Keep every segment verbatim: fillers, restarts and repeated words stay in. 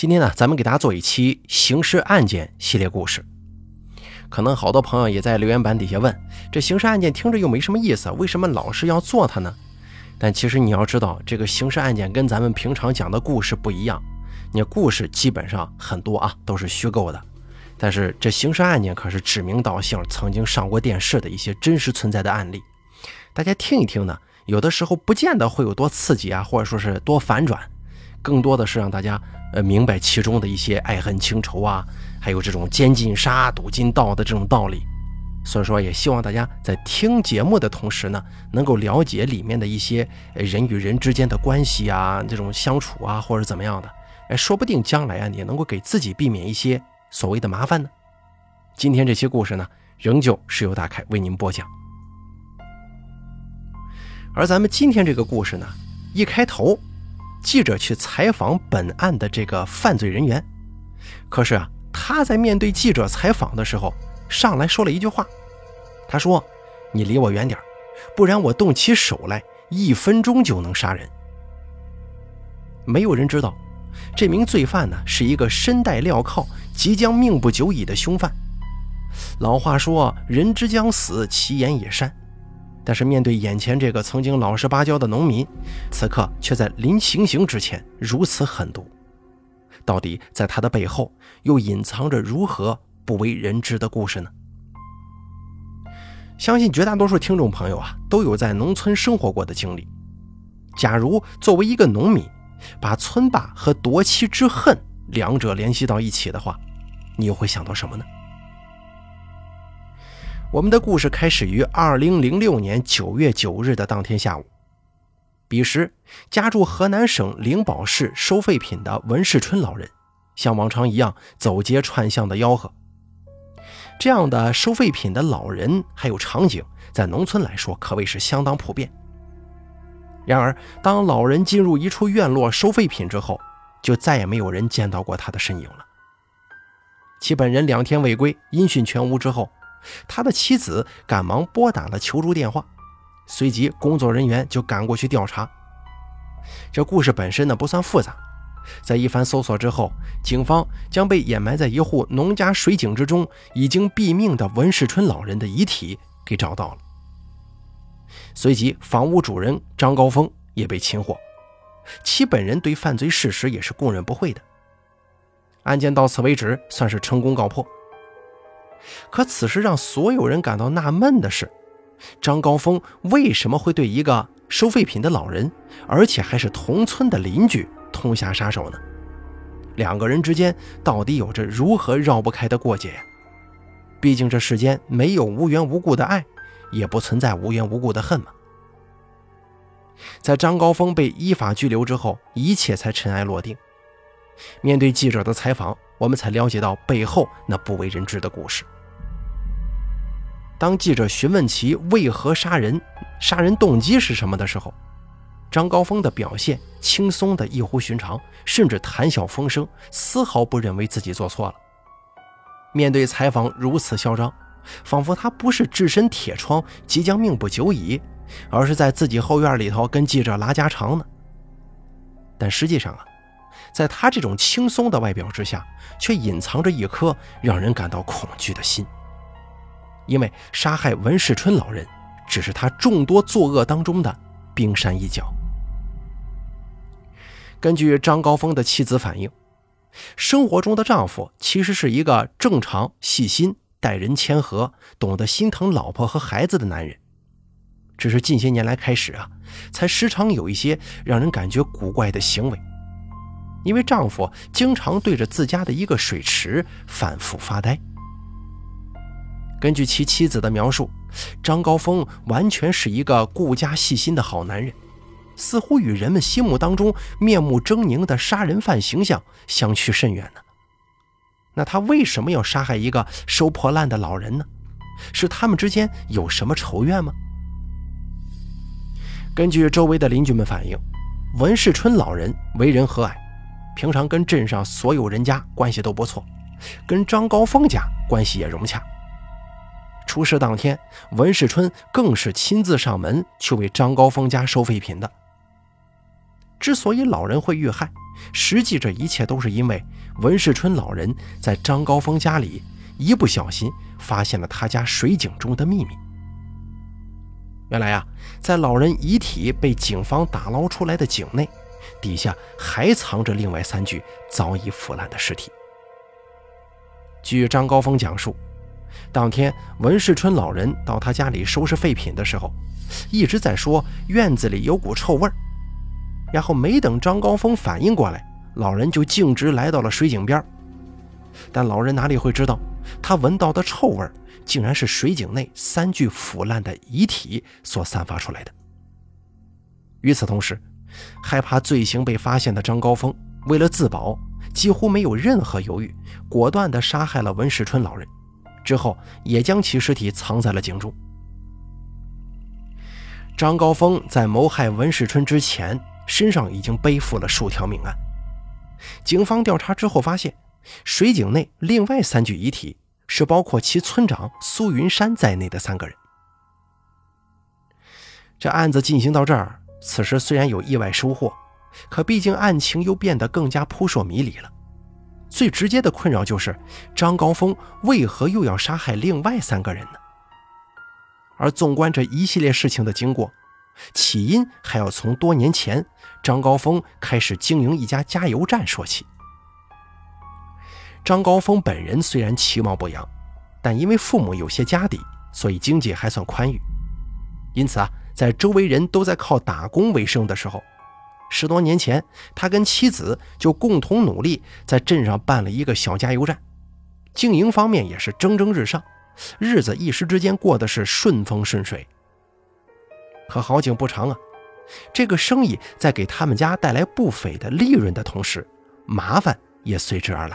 今天呢，咱们给大家做一期刑事案件系列故事。可能好多朋友也在留言板底下问，这刑事案件听着又没什么意思，为什么老是要做它呢？但其实你要知道，这个刑事案件跟咱们平常讲的故事不一样。你故事基本上很多啊都是虚构的，但是这刑事案件可是指名道姓曾经上过电视的一些真实存在的案例。大家听一听呢，有的时候不见得会有多刺激啊，或者说是多反转，更多的是让大家呃明白其中的一些爱恨情仇啊，还有这种奸尽杀赌尽盗的这种道理。所以说也希望大家在听节目的同时呢，能够了解里面的一些人与人之间的关系啊，这种相处啊，或者怎么样的，哎，说不定将来啊也能够给自己避免一些所谓的麻烦呢。今天这期故事呢，仍旧是由大凯为您播讲。而咱们今天这个故事呢，一开头记者去采访本案的这个犯罪人员，可是啊，他在面对记者采访的时候，上来说了一句话，他说：“你离我远点，不然我动起手来，一分钟就能杀人。”没有人知道，这名罪犯呢是一个身带镣铐、即将命不久矣的凶犯。老话说，人之将死，其言也善。但是面对眼前这个曾经老实巴交的农民，此刻却在临行刑之前如此狠毒，到底在他的背后又隐藏着如何不为人知的故事呢？相信绝大多数听众朋友啊，都有在农村生活过的经历。假如作为一个农民，把村霸和夺妻之恨两者联系到一起的话，你又会想到什么呢？我们的故事开始于二零零六年九月九日的当天下午。彼时家住河南省灵宝市收废品的文世春老人，像往常一样走街串巷的吆喝。这样的收废品的老人还有场景，在农村来说可谓是相当普遍。然而当老人进入一处院落收废品之后，就再也没有人见到过他的身影了。其本人两天未归，音讯全无之后，他的妻子赶忙拨打了求助电话，随即工作人员就赶过去调查。这故事本身呢不算复杂，在一番搜索之后，警方将被掩埋在一户农家水井之中已经毙命的文世春老人的遗体给找到了。随即房屋主人张高峰也被擒获，其本人对犯罪事实也是供认不讳的。案件到此为止算是成功告破。可此时让所有人感到纳闷的是，张高峰为什么会对一个收废品的老人，而且还是同村的邻居痛下杀手呢？两个人之间到底有着如何绕不开的过节呀？毕竟这世间没有无缘无故的爱，也不存在无缘无故的恨嘛。在张高峰被依法拘留之后，一切才尘埃落定。面对记者的采访，我们才了解到背后那不为人知的故事。当记者询问其为何杀人，杀人动机是什么的时候，张高峰的表现轻松的异乎寻常，甚至谈笑风生，丝毫不认为自己做错了。面对采访如此嚣张，仿佛他不是置身铁窗即将命不久矣，而是在自己后院里头跟记者拉家常呢。但实际上啊，在他这种轻松的外表之下，却隐藏着一颗让人感到恐惧的心。因为杀害文世春老人只是他众多作恶当中的冰山一角。根据张高峰的妻子反映，生活中的丈夫其实是一个正常、细心、待人谦和、懂得心疼老婆和孩子的男人。只是近些年来开始啊，才时常有一些让人感觉古怪的行为。因为丈夫经常对着自家的一个水池反复发呆。根据其妻子的描述，张高峰完全是一个顾家细心的好男人，似乎与人们心目当中面目狰狞的杀人犯形象相去甚远呢。那他为什么要杀害一个收破烂的老人呢？是他们之间有什么仇怨吗？根据周围的邻居们反映，文世春老人为人和蔼，平常跟镇上所有人家关系都不错，跟张高峰家关系也融洽。出事当天，文世春更是亲自上门去为张高峰家收废品的。之所以老人会遇害， 实际这一切都是因为文世春老人在张高峰家里一不小心发现了他家水井中的秘密。原来啊，在老人遗体被警方打捞出来的井内，底下还藏着另外三具早已腐烂的尸体。据张高峰讲述，当天文世春老人到他家里收拾废品的时候，一直在说院子里有股臭味儿，然后没等张高峰反应过来，老人就径直来到了水井边。但老人哪里会知道，他闻到的臭味竟然是水井内三具腐烂的遗体所散发出来的。与此同时，害怕罪行被发现的张高峰为了自保，几乎没有任何犹豫，果断地杀害了文世春老人，之后也将其尸体藏在了井中。张高峰在谋害文世春之前，身上已经背负了数条命案。警方调查之后发现，水井内另外三具遗体是包括其村长苏云山在内的三个人。这案子进行到这儿，此时虽然有意外收获，可毕竟案情又变得更加扑朔迷离了。最直接的困扰就是张高峰为何又要杀害另外三个人呢？而纵观这一系列事情的经过，起因还要从多年前张高峰开始经营一家加油站说起。张高峰本人虽然其貌不扬，但因为父母有些家底，所以经济还算宽裕。因此啊，在周围人都在靠打工为生的时候，十多年前他跟妻子就共同努力在镇上办了一个小加油站，经营方面也是蒸蒸日上，日子一时之间过得是顺风顺水。可好景不长啊，这个生意在给他们家带来不菲的利润的同时，麻烦也随之而来。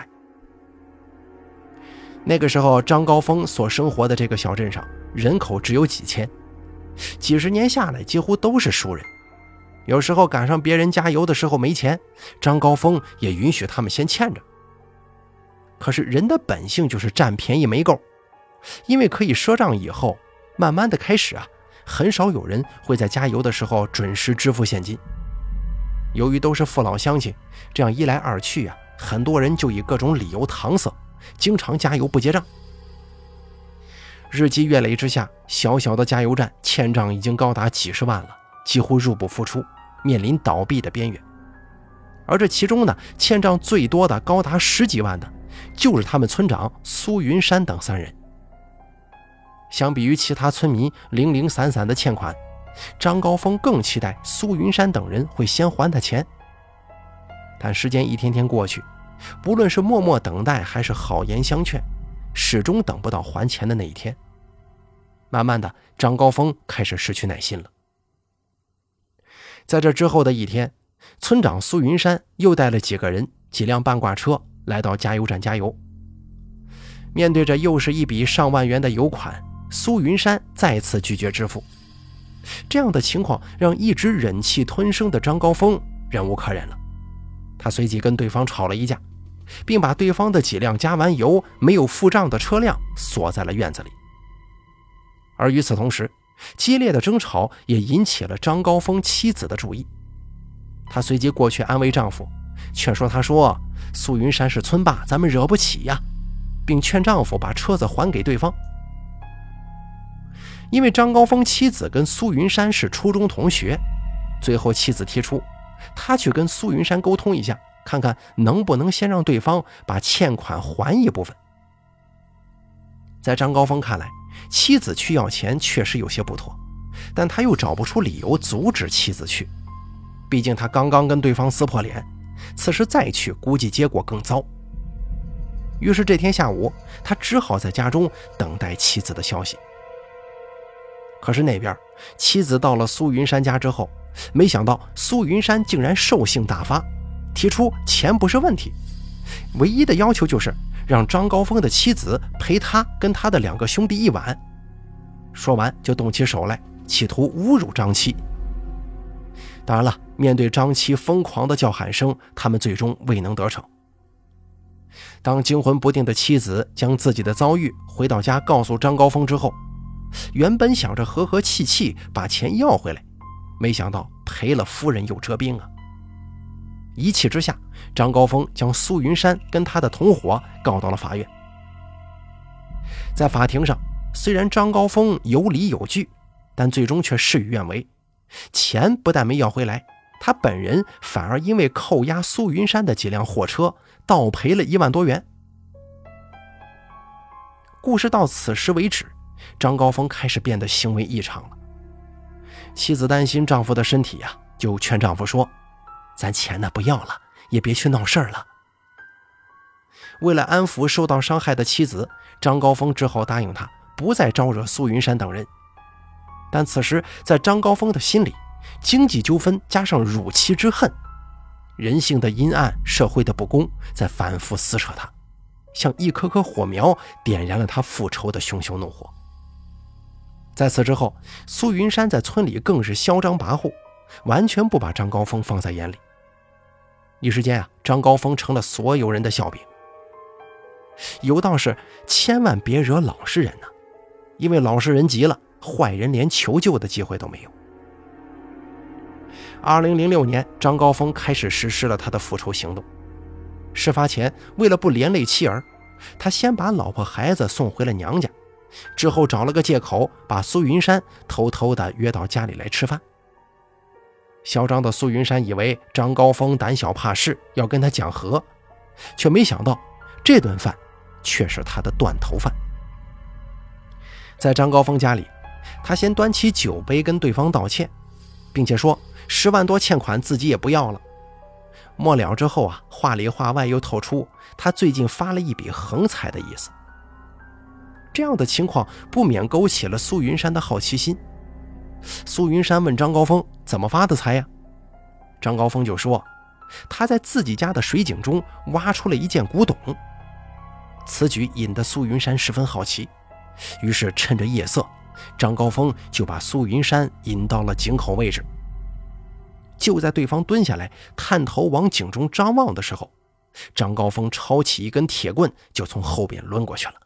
那个时候张高峰所生活的这个小镇上人口只有几千，几十年下来几乎都是熟人。有时候赶上别人加油的时候没钱，张高峰也允许他们先欠着。可是人的本性就是占便宜没够，因为可以赊账以后，慢慢的开始啊，很少有人会在加油的时候准时支付现金。由于都是父老乡亲，这样一来二去啊，很多人就以各种理由搪塞，经常加油不结账。日积月累之下，小小的加油站欠账已经高达几十万了，几乎入不敷出，面临倒闭的边缘。而这其中呢，欠账最多的高达十几万的，就是他们村长苏云山等三人。相比于其他村民零零散散的欠款，张高峰更期待苏云山等人会先还他钱。但时间一天天过去，不论是默默等待还是好言相劝，始终等不到还钱的那一天。慢慢的，张高峰开始失去耐心了。在这之后的一天，村长苏云山又带了几个人几辆半挂车来到加油站加油。面对着又是一笔上万元的油款，苏云山再次拒绝支付。这样的情况让一直忍气吞声的张高峰忍无可忍了，他随即跟对方吵了一架，并把对方的几辆加完油没有付账的车辆锁在了院子里。而与此同时，激烈的争吵也引起了张高峰妻子的注意。她随即过去安慰丈夫，劝说他说苏云山是村霸，咱们惹不起呀，并劝丈夫把车子还给对方。因为张高峰妻子跟苏云山是初中同学，最后妻子提出他去跟苏云山沟通一下，看看能不能先让对方把欠款还一部分。在张高峰看来，妻子去要钱确实有些不妥，但他又找不出理由阻止妻子去，毕竟他刚刚跟对方撕破脸，此时再去估计结果更糟。于是这天下午，他只好在家中等待妻子的消息。可是那边妻子到了苏云山家之后，没想到苏云山竟然兽性大发，提出钱不是问题，唯一的要求就是让张高峰的妻子陪他跟他的两个兄弟一晚。说完就动起手来，企图侮辱张妻。当然了，面对张妻疯狂的叫喊声，他们最终未能得逞。当惊魂不定的妻子将自己的遭遇回到家告诉张高峰之后，原本想着和和气气把钱要回来，没想到赔了夫人又折兵啊。 一气之下，张高峰将苏云山跟他的同伙告到了法院。在法庭上，虽然张高峰有理有据，但最终却事与愿违。钱不但没要回来，他本人反而因为扣押苏云山的几辆货车，倒赔了一万多元。故事到此时为止，张高峰开始变得行为异常了。妻子担心丈夫的身体呀、啊，就劝丈夫说：“咱钱呢不要了，也别去闹事儿了。”为了安抚受到伤害的妻子，张高峰只好答应他不再招惹苏云山等人。但此时在张高峰的心里，经济纠纷加上辱妻之恨，人性的阴暗，社会的不公在反复撕扯他，像一颗颗火苗，点燃了他复仇的熊熊怒火。在此之后，苏云山在村里更是嚣张跋扈，完全不把张高峰放在眼里。一时间啊，张高峰成了所有人的笑柄。有道是千万别惹老实人呢、啊，因为老实人急了，坏人连求救的机会都没有。二零零六年，张高峰开始实施了他的复仇行动。事发前，为了不连累妻儿，他先把老婆孩子送回了娘家，之后找了个借口把苏云山偷偷地约到家里来吃饭。嚣张的苏云山以为张高峰胆小怕事，要跟他讲和，却没想到这顿饭却是他的断头饭。在张高峰家里，他先端起酒杯跟对方道歉，并且说十万多欠款自己也不要了。末了之后啊，话里话外又透出他最近发了一笔横财的意思。这样的情况不免勾起了苏云山的好奇心。苏云山问张高峰怎么发的财呀？张高峰就说他在自己家的水井中挖出了一件古董。此举引得苏云山十分好奇，于是趁着夜色，张高峰就把苏云山引到了井口位置。就在对方蹲下来探头往井中张望的时候，张高峰抄起一根铁棍就从后边抡过去了。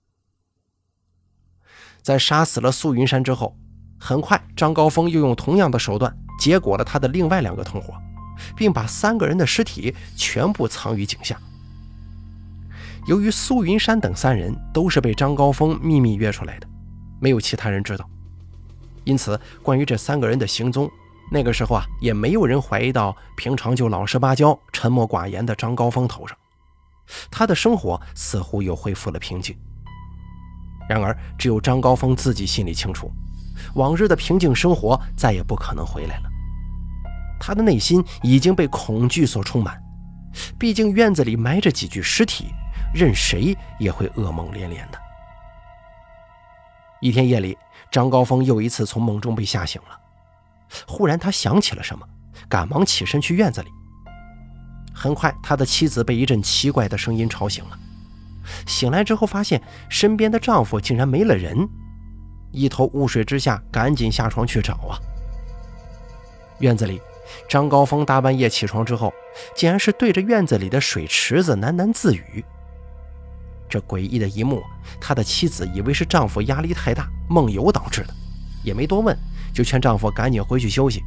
在杀死了苏云山之后，很快张高峰又用同样的手段结果了他的另外两个同伙，并把三个人的尸体全部藏于井下。由于苏云山等三人都是被张高峰秘密约出来的，没有其他人知道，因此关于这三个人的行踪，那个时候啊，也没有人怀疑到平常就老实巴交、沉默寡言的张高峰头上。他的生活似乎又恢复了平静。然而，只有张高峰自己心里清楚，往日的平静生活再也不可能回来了。他的内心已经被恐惧所充满，毕竟院子里埋着几具尸体，任谁也会噩梦连连的。一天夜里，张高峰又一次从梦中被吓醒了。忽然他想起了什么，赶忙起身去院子里。很快他的妻子被一阵奇怪的声音吵醒了，醒来之后发现身边的丈夫竟然没了人，一头雾水之下赶紧下床去找啊。院子里，张高峰大半夜起床之后，竟然是对着院子里的水池子喃喃自语。这诡异的一幕，他的妻子以为是丈夫压力太大梦游导致的，也没多问，就劝丈夫赶紧回去休息。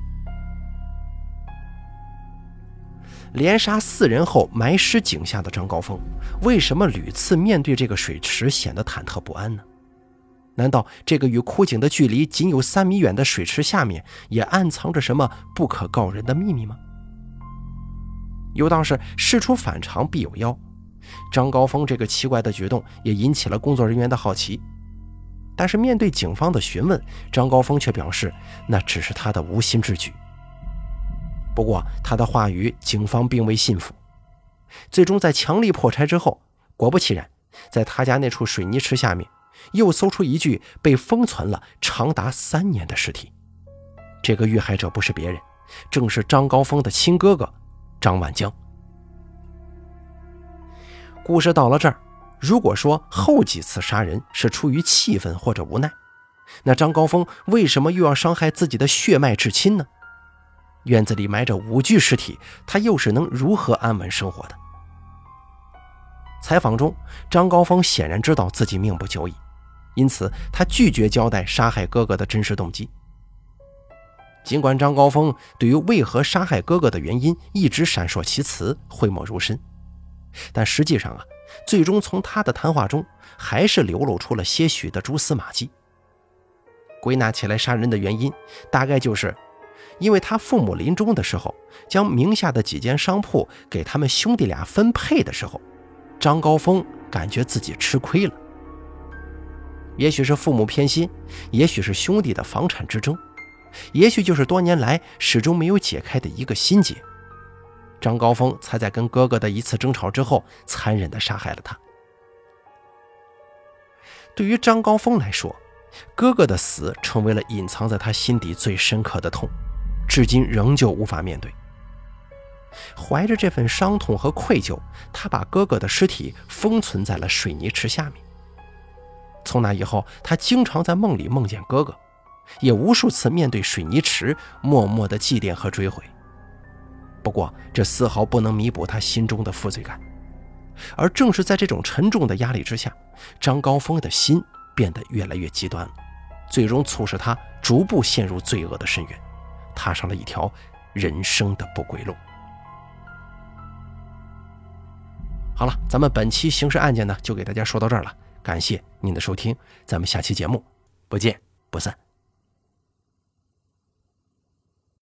连杀四人后埋尸井下的张高峰，为什么屡次面对这个水池显得忐忑不安呢？难道这个与枯井的距离仅有三米远的水池下面也暗藏着什么不可告人的秘密吗？有道是事出反常必有妖，张高峰这个奇怪的举动也引起了工作人员的好奇。但是面对警方的询问，张高峰却表示那只是他的无心之举。不过他的话语警方并未信服，最终在强力破拆之后，果不其然，在他家那处水泥池下面又搜出一具被封存了长达三年的尸体。这个遇害者不是别人，正是张高峰的亲哥哥张万江。故事到了这儿，如果说后几次杀人是出于气愤或者无奈，那张高峰为什么又要伤害自己的血脉至亲呢？院子里埋着五具尸体，他又是能如何安稳生活的？采访中，张高峰显然知道自己命不久矣，因此他拒绝交代杀害哥哥的真实动机。 尽管张高峰对于为何杀害哥哥的原因一直闪烁其词，讳莫如深，但实际上啊，最终从他的谈话中还是流露出了些许的蛛丝马迹。归纳起来，杀人的原因大概就是因为他父母临终的时候将名下的几间商铺给他们兄弟俩分配的时候，张高峰感觉自己吃亏了。也许是父母偏心，也许是兄弟的房产之争，也许就是多年来始终没有解开的一个心结，张高峰才在跟哥哥的一次争吵之后残忍地杀害了他。对于张高峰来说，哥哥的死成为了隐藏在他心底最深刻的痛，至今仍旧无法面对。怀着这份伤痛和愧疚，他把哥哥的尸体封存在了水泥池下面。从那以后，他经常在梦里梦见哥哥，也无数次面对水泥池默默的祭奠和追悔。不过这丝毫不能弥补他心中的负罪感，而正是在这种沉重的压力之下，张高峰的心变得越来越极端了，最终促使他逐步陷入罪恶的深渊，踏上了一条人生的不归路。好了，咱们本期刑事案件呢就给大家说到这儿了，感谢您的收听，咱们下期节目不见不散。